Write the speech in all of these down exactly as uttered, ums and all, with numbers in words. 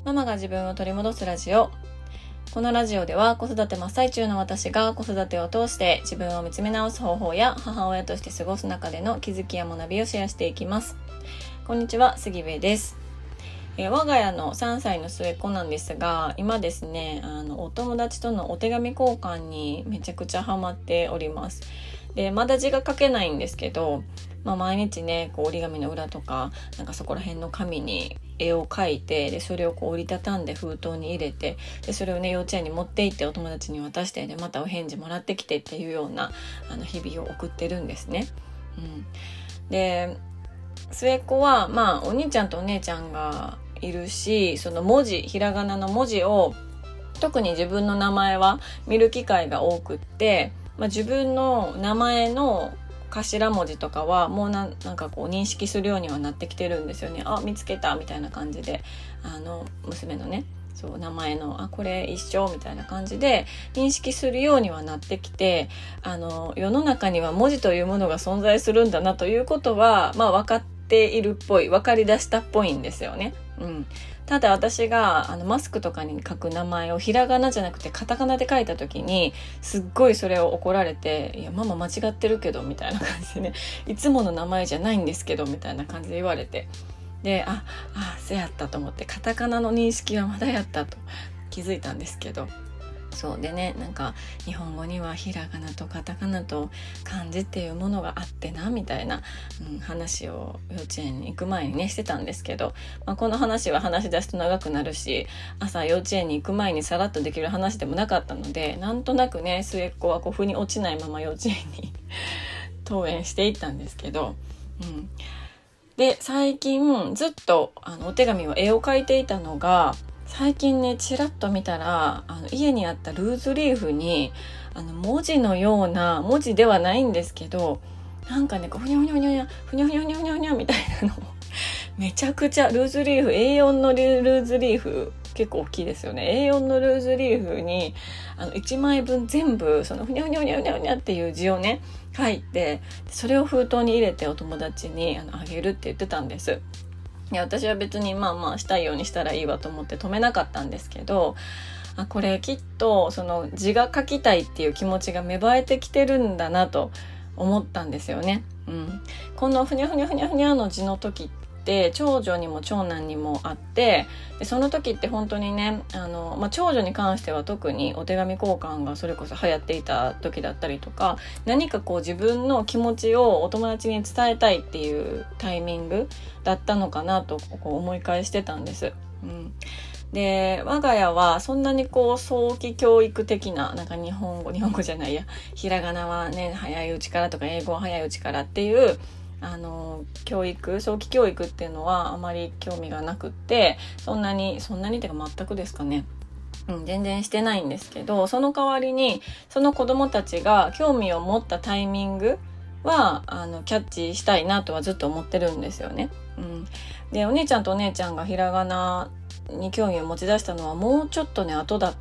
ママが自分を取り戻すラジオ。このラジオでは子育て真っ最中の私が子育てを通して自分を見つめ直す方法や母親として過ごす中での気づきや学びをシェアしていきます。こんにちは、杉部です。えー、我が家のさんさいの末っ子なんですが、今ですね、あのお友達とのお手紙交換にめちゃくちゃハマっております。で、まだ字が書けないんですけど、まあ、毎日ね、こう折り紙の裏とか、なんかそこら辺の紙に絵を描いて、でそれをこう折りたたんで封筒に入れて、でそれをね幼稚園に持って行ってお友達に渡して、でまたお返事もらってきてっていうようなあの日々を送ってるんですね。うん、で末っ子はまあお兄ちゃんとお姉ちゃんがいるし、その文字、ひらがなの文字を特に自分の名前は見る機会が多くって、まあ、自分の名前の頭文字とかはもうな ん, なんかこう認識するようにはなってきてるんですよね。あ、見つけたみたいな感じで、あの娘のね、そう名前のあこれ一緒みたいな感じで認識するようにはなってきて、あの世の中には文字というものが存在するんだなということは、まあ、分かっているっぽい、分かり出したっぽいんですよね。うん、ただ私があのマスクとかに書く名前をひらがなじゃなくてカタカナで書いた時にすっごいそれを怒られて、いやママ間違ってるけどみたいな感じでね、いつもの名前じゃないんですけどみたいな感じで言われて、でああそうやったと思って、カタカナの認識はまだやったと気づいたんですけど、そうでね、なんか日本語にはひらがなとカタカナと漢字っていうものがあってなみたいな、うん、話を幼稚園に行く前にねしてたんですけど、まあ、この話は話し出すと長くなるし、朝幼稚園に行く前にさらっとできる話でもなかったので、なんとなくね末っ子はこう腑に落ちないまま幼稚園に登園していったんですけど、うんで最近ずっとあのお手紙は絵を描いていたのが、最近ねちらっと見たらあの家にあったルーズリーフにあの文字のような、文字ではないんですけど、なんかねこうふにゃふにゃふにゃふにゃふにゃふにゃふにゃふにゃふにゃみたいなのめちゃくちゃルーズリーフ エーよん のルーズリーフ結構大きいですよね。 エーよん のルーズリーフにあのいちまいぶん全部そのふにゃふにゃふにゃふにゃふにゃっていう字をね書いて、それを封筒に入れてお友達にあのあげるって言ってたんです。いや私は別にまあまあしたいようにしたらいいわと思って止めなかったんですけど、あこれきっとその字が書きたいっていう気持ちが芽生えてきてるんだなと思ったんですよね。うん、このふにゃふにゃふにゃふにゃの字の時って長女にも長男にもあって、でその時って本当にねあの、まあ、長女に関しては特にお手紙交換がそれこそ流行っていた時だったりとか、何かこう自分の気持ちをお友達に伝えたいっていうタイミングだったのかなとこう思い返してたんです。うん、で我が家はそんなにこう早期教育的な、なんか日本語日本語じゃないやひらがなはね早いうちからとか英語は早いうちからっていうあの教育、早期教育っていうのはあまり興味がなくって、そんなにそんなにってか全くですかね、うん、全然してないんですけど、その代わりにその子どもたちが興味を持ったタイミングはあのキャッチしたいなとはずっと思ってるんですよね。うん、でお兄ちゃんとお姉ちゃんがひらがなに興味を持ち出したのはもうちょっとね後だった、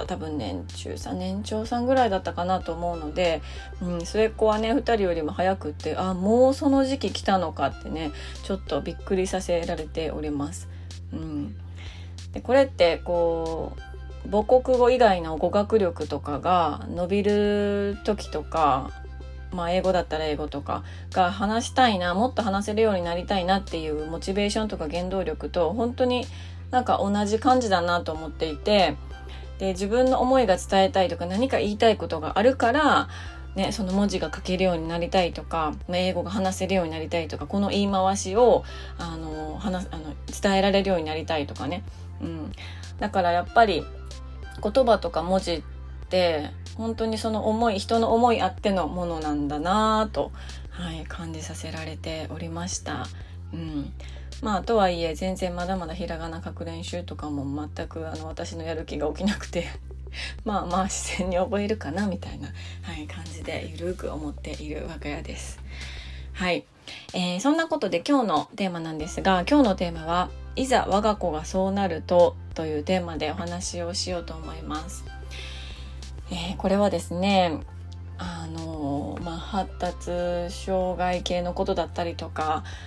多分年中さん年長さんぐらいだったかなと思うので、うん、末っ子はねふたりよりも早くって、あもうその時期来たのかってねちょっとびっくりさせられております。うん、でこれってこう母国語以外の語学力とかが伸びる時とか、まあ、英語だったら英語とかが話したいな、もっと話せるようになりたいなっていうモチベーションとか原動力と本当になんか同じ感じだなと思っていて、で自分の思いが伝えたいとか何か言いたいことがあるから、ね、その文字が書けるようになりたいとか英語が話せるようになりたいとか、この言い回しをあの話あの伝えられるようになりたいとかね、うん、だからやっぱり言葉とか文字って本当にその思い、人の思いあってのものなんだなと、はい、感じさせられておりました。うん、まあとはいえ全然まだまだひらがな書く練習とかも全くあの私のやる気が起きなくてまあまあ自然に覚えるかなみたいな、はい、感じでゆるく思っている我が家です。はい、えー、そんなことで今日のテーマなんですが、今日のテーマはいざ我が子がそうなるとというテーマでお話をしようと思います。えー、これはですねあの、まあ、発達障害系のことだったりとか、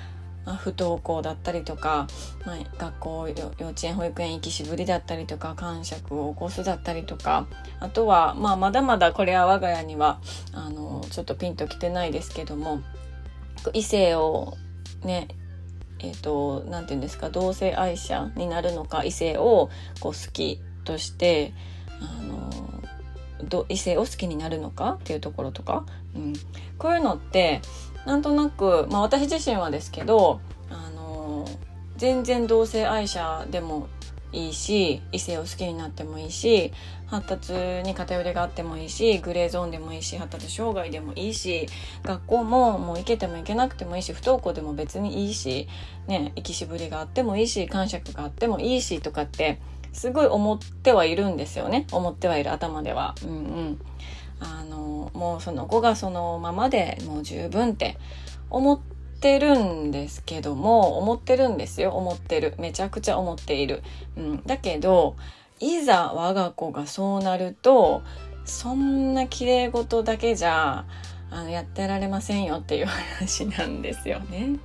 まあ、不登校だったりとか、まあ、学校幼稚園保育園行きしぶりだったりとか、癇癪を起こすだったりとか、あとは、まあ、まだまだこれは我が家にはあのちょっとピンときてないですけども、異性をねえーと、なんていうんですか、同性愛者になるのか、異性をこう好きとしてあのど異性を好きになるのかっていうところとか、うん、こういうのってなんとなく、まあ、私自身はですけどあの全然同性愛者でもいいし、異性を好きになってもいいし、発達に偏りがあってもいいし、グレーゾーンでもいいし、発達障害でもいいし、学校ももう行けても行けなくてもいいし、不登校でも別にいいし、ね、行きしぶりがあってもいいし、癇癪があってもいいしとかってすごい思ってはいるんですよね。思ってはいる、頭では。うんうん。あのもうその子がそのままでもう十分って思って思ってるんですけども思ってるんですよ思ってるめちゃくちゃ思っている、うん、だけどいざ我が子がそうなるとそんな綺麗事だけじゃあのやってられませんよっていう話なんですよね。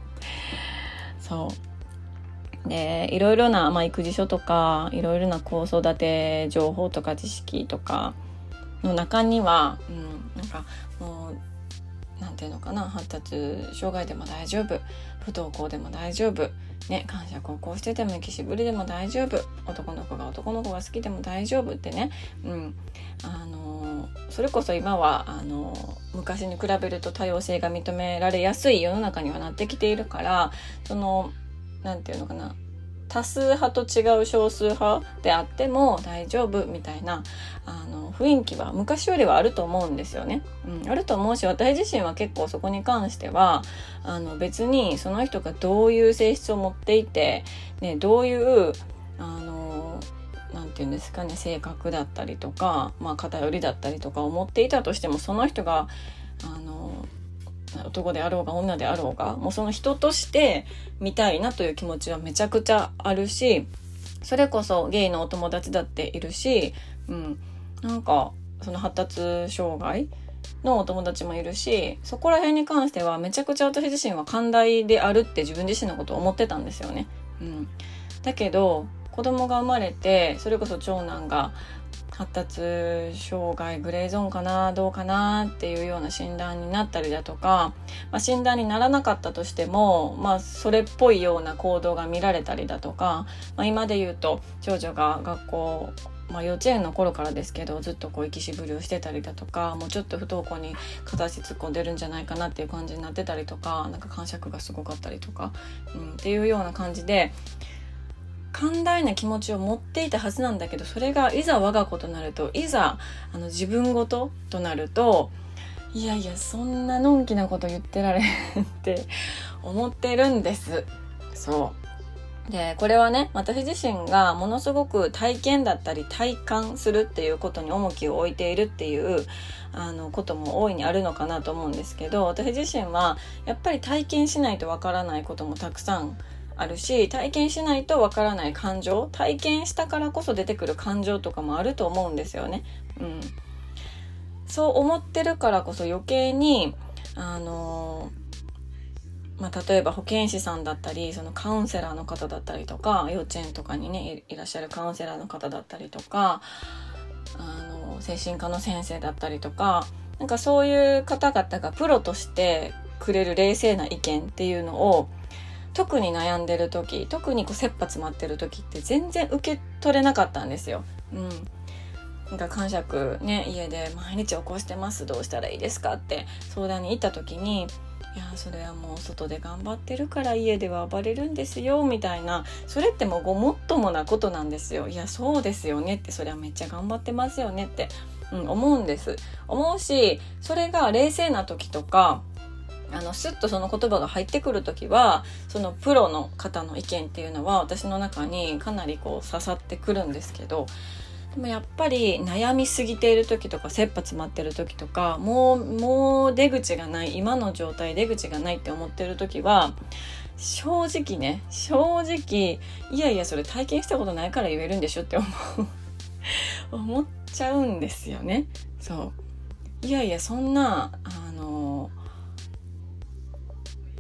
そうでいろいろな、まあ、育児書とかいろいろな子育て情報とか知識とかの中には、うん、なんかもうなんていうのかな、発達障害でも大丈夫、不登校でも大丈夫、ね、癇癪を起こしてても行きしぶりでも大丈夫、男の子が男の子が好きでも大丈夫ってね、うん、あのそれこそ今はあの昔に比べると多様性が認められやすい世の中にはなってきているから、そのなんていうのかな、多数派と違う少数派であっても大丈夫みたいなあの雰囲気は昔よりはあると思うんですよね、うん、あると思うし、私自身は結構そこに関してはあの別にその人がどういう性質を持っていて、ね、どういうあのなんていうんですかね、性格だったりとか、まあ、偏りだったりとか思っていたとしても、その人があの男であろうが女であろうがもうその人として見たいなという気持ちはめちゃくちゃあるし、それこそゲイのお友達だっているし、うん、なんかその発達障害のお友達もいるし、そこら辺に関してはめちゃくちゃ私自身は寛大であるって自分自身のことを思ってたんですよね、うん、だけど子供が生まれて、それこそ長男が発達障害グレーゾーンかなどうかなっていうような診断になったりだとか、まあ、診断にならなかったとしても、まあ、それっぽいような行動が見られたりだとか、まあ、今で言うと長女が学校、まあ、幼稚園の頃からですけどずっとこう行きしぶりをしてたりだとか、もうちょっと不登校に片足突っ込んでるんじゃないかなっていう感じになってたりとか、なんか癇癪がすごかったりとか、うん、っていうような感じで寛大な気持ちを持っていたはずなんだけど、それがいざ我が子となると、いざあの自分ごととなると、いやいやそんなのんきなこと言ってられんって思ってるんです。そうで、これはね、私自身がものすごく体験だったり体感するっていうことに重きを置いているっていうあのことも大いにあるのかなと思うんですけど、私自身はやっぱり体験しないとわからないこともたくさんあるし、体験しないとわからない感情、体験したからこそ出てくる感情とかもあると思うんですよね、うん、そう思ってるからこそ余計にあのまあ、例えば保健師さんだったり、そのカウンセラーの方だったりとか、幼稚園とかにね い, いらっしゃるカウンセラーの方だったりとか、あの精神科の先生だったりとか、なんかそういう方々がプロとしてくれる冷静な意見っていうのを特に悩んでる時、特にこう切羽詰まってる時って全然受け取れなかったんですよ。うん。なんか癇癪ね、家で毎日起こしてます、どうしたらいいですかって相談に行った時に、いやそれはもう外で頑張ってるから家では暴れるんですよみたいな、それってもうごもっともなことなんですよ。いやそうですよねって、それはめっちゃ頑張ってますよねって、うん、思うんです思うし、それが冷静な時とかあのスッとその言葉が入ってくるときは、そのプロの方の意見っていうのは私の中にかなりこう刺さってくるんですけど、でもやっぱり悩みすぎている時とか切羽詰まってる時とか、もうもう出口がない、今の状態出口がないって思ってる時は、正直ね正直いやいやそれ体験したことないから言えるんでしょって思う思っちゃうんですよね。そういやいやそんなあの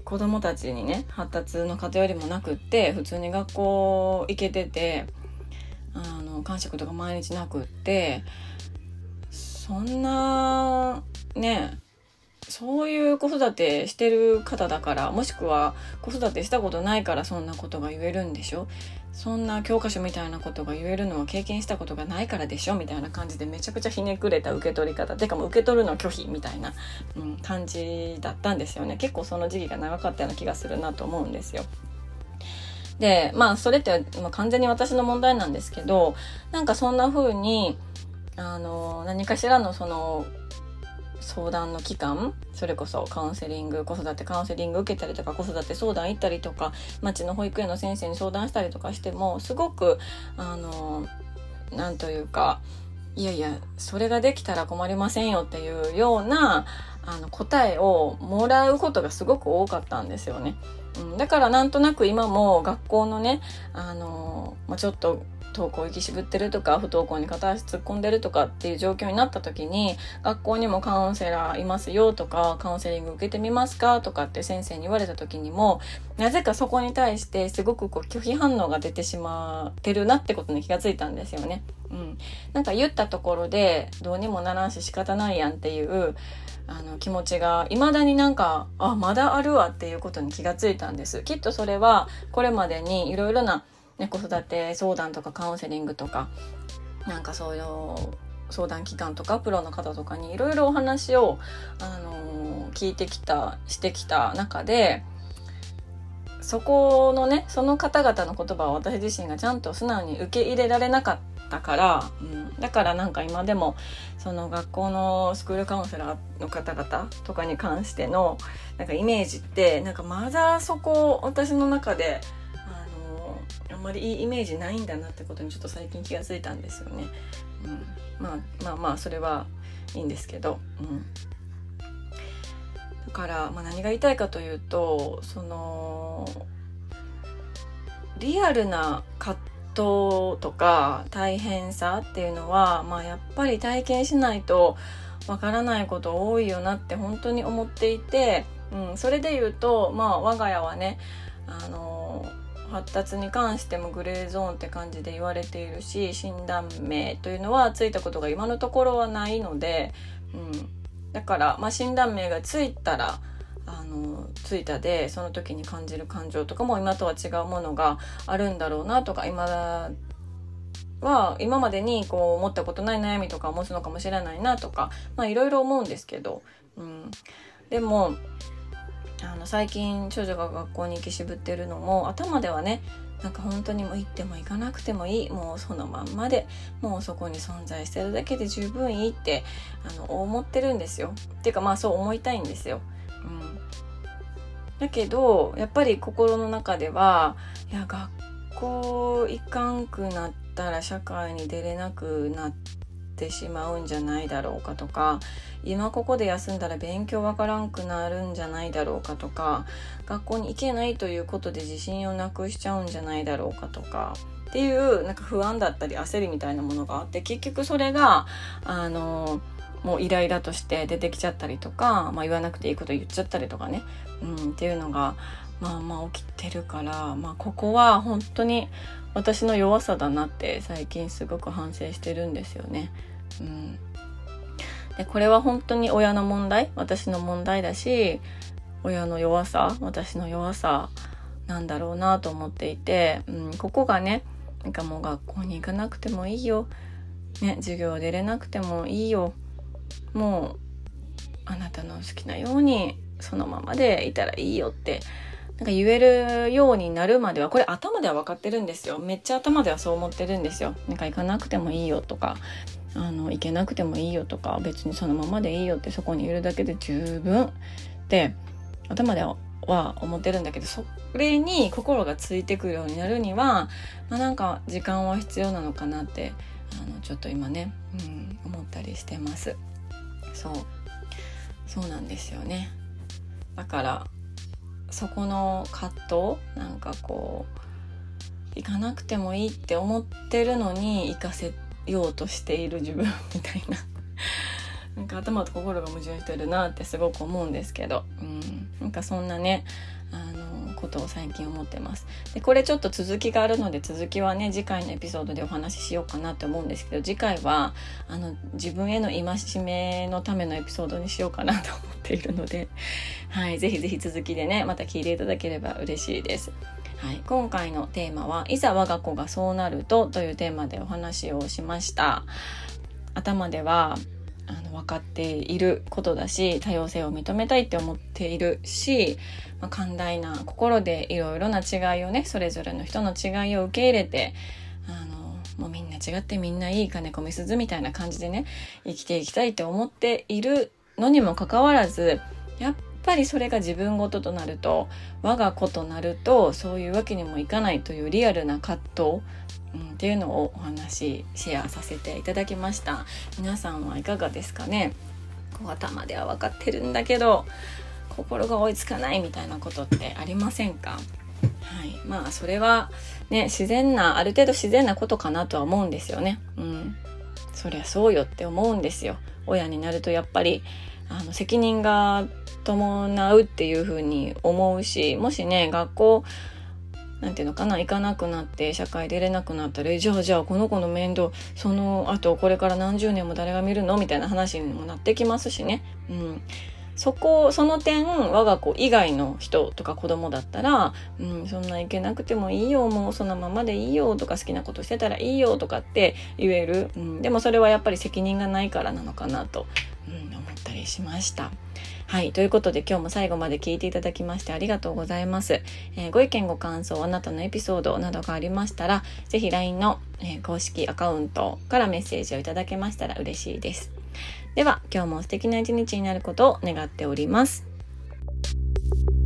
子供たちにね発達の偏りもなくって普通に学校行けてて、あの間食とか毎日なくって、そんなねそういう子育てしてる方だから、もしくは子育てしたことないからそんなことが言えるんでしょ、そんな教科書みたいなことが言えるのは経験したことがないからでしょみたいな感じで、めちゃくちゃひねくれた受け取り方、てかもう受け取るの拒否みたいな、うん、感じだったんですよね。結構その時期が長かったような気がするなと思うんですよ。でまあそれって、まあ、完全に私の問題なんですけど、なんかそんな風にあの何かしらのその相談の期間、それこそカウンセリング、子育てカウンセリング受けたりとか、子育て相談行ったりとか、町の保育園の先生に相談したりとかしても、すごくあのなんというか、いやいやそれができたら困りませんよっていうようなあの答えをもらうことがすごく多かったんですよね。うん、だからなんとなく今も学校のね、あのまあ、ちょっと登校行き渋ってるとか不登校に片足突っ込んでるとかっていう状況になった時に、学校にもカウンセラーいますよとか、カウンセリング受けてみますかとかって先生に言われた時にも、なぜかそこに対してすごくこう拒否反応が出てしまってるなってことに気がついたんですよね。うん、なんか言ったところでどうにもならんし仕方ないやんっていうあの気持ちが未だになんかあまだあるわっていうことに気がついたんです。きっとそれはこれまでにいろいろなね、子育て相談とかカウンセリングとかなんかそういう相談機関とかプロの方とかにいろいろお話を、あのー、聞いてきたしてきた中で、そこのねその方々の言葉を私自身がちゃんと素直に受け入れられなかったから、うん、だからなんか今でもその学校のスクールカウンセラーの方々とかに関してのなんかイメージってなんかまだそこ私の中であんまりいいイメージないんだなってことにちょっと最近気がついたんですよね。うん、まあまあまあそれはいいんですけど、うん、だから、まあ、何が言いたいかというと、そのリアルな葛藤とか大変さっていうのは、まあ、やっぱり体験しないとわからないこと多いよなって本当に思っていて、うん、それで言うと、まあ、我が家はねあの発達に関してもグレーゾーンって感じで言われているし、診断名というのはついたことが今のところはないので、うん、だから、まあ、診断名がついたらあのついたでその時に感じる感情とかも今とは違うものがあるんだろうなとか、今は今までにこう思ったことない悩みとかを持つのかもしれないなとか、まあいろいろ思うんですけど、うん、でもあの最近長女が学校に行き渋ってるのも頭ではねなんか本当にもう行っても行かなくてもいい、もうそのまんまでもうそこに存在してるだけで十分いいってあの思ってるんですよ。っていうかまあそう思いたいんですよ。うん、だけどやっぱり心の中ではいや学校行かんくなったら社会に出れなくなってしまうんじゃないだろうかとか、今ここで休んだら勉強わからんくなるんじゃないだろうかとか、学校に行けないということで自信をなくしちゃうんじゃないだろうかとかっていうなんか不安だったり焦りみたいなものがあって、結局それがあのもうイライラとして出てきちゃったりとか、まあ、言わなくていいこと言っちゃったりとかね、うん、っていうのがまあまあ起きてるから、まあ、ここは本当に私の弱さだなって最近すごく反省してるんですよね。うん、でこれは本当に親の問題、私の問題だし、親の弱さ、私の弱さなんだろうなと思っていて、うん、ここがねなんかもう学校に行かなくてもいいよ、ね、授業出れなくてもいいよ、もうあなたの好きなようにそのままでいたらいいよってなんか言えるようになるまでは、これ頭では分かってるんですよ。めっちゃ頭ではそう思ってるんですよ。なんか行かなくてもいいよとか、あの行けなくてもいいよとか、別にそのままでいいよって、そこにいるだけで十分って頭では思ってるんだけど、それに心がついてくるようになるには、まあ、なんか時間は必要なのかなってあのちょっと今ね、うん、思ったりしてます。そうそうなんですよね。だからそこの葛藤、なんかこう行かなくてもいいって思ってるのに行かせようとしている自分みたいななんか頭と心が矛盾してるなってすごく思うんですけど、うん、なんかそんなねあのことを最近思ってます。でこれちょっと続きがあるので、続きはね次回のエピソードでお話ししようかなと思うんですけど、次回はあの自分への戒めのためのエピソードにしようかなと思っているので、はい、ぜひぜひ続きでねまた聞いていただければ嬉しいです。はい、今回のテーマはいざ我が子がそうなるとというテーマでお話をしました。頭ではあの分かっていることだし、多様性を認めたいって思っているし、まあ、寛大な心でいろいろな違いをね、それぞれの人の違いを受け入れて、あのもうみんな違ってみんないい金子みすずみたいな感じでね生きていきたいって思っているのにもかかわらず、やっぱりそれが自分ごととなると、我が子となるとそういうわけにもいかないというリアルな葛藤、うん、っていうのをお話シェアさせていただきました。皆さんはいかがですかね。こう頭では分かってるんだけど心が追いつかないみたいなことってありませんか？はい、まあそれはね自然なある程度自然なことかなとは思うんですよね。うん、そりゃそうよって思うんですよ。親になるとやっぱりあの責任が伴うっていう風に思うし、もしね学校なんていうのかな行かなくなって社会出れなくなったら、じゃあじゃあこの子の面倒その後これから何十年も誰が見るのみたいな話にもなってきますしね。うん、そこその点我が子以外の人とか子供だったら、うん、そんな行けなくてもいいよ、もうそのままでいいよとか好きなことしてたらいいよとかって言える、うん、でもそれはやっぱり責任がないからなのかなと、うん、思ったりしました。はい、ということで今日も最後まで聞いていただきましてありがとうございます。えー、ご意見ご感想、あなたのエピソードなどがありましたら、ぜひ ライン の、えー、公式アカウントからメッセージをいただけましたら嬉しいです。では今日も素敵な一日になることを願っております。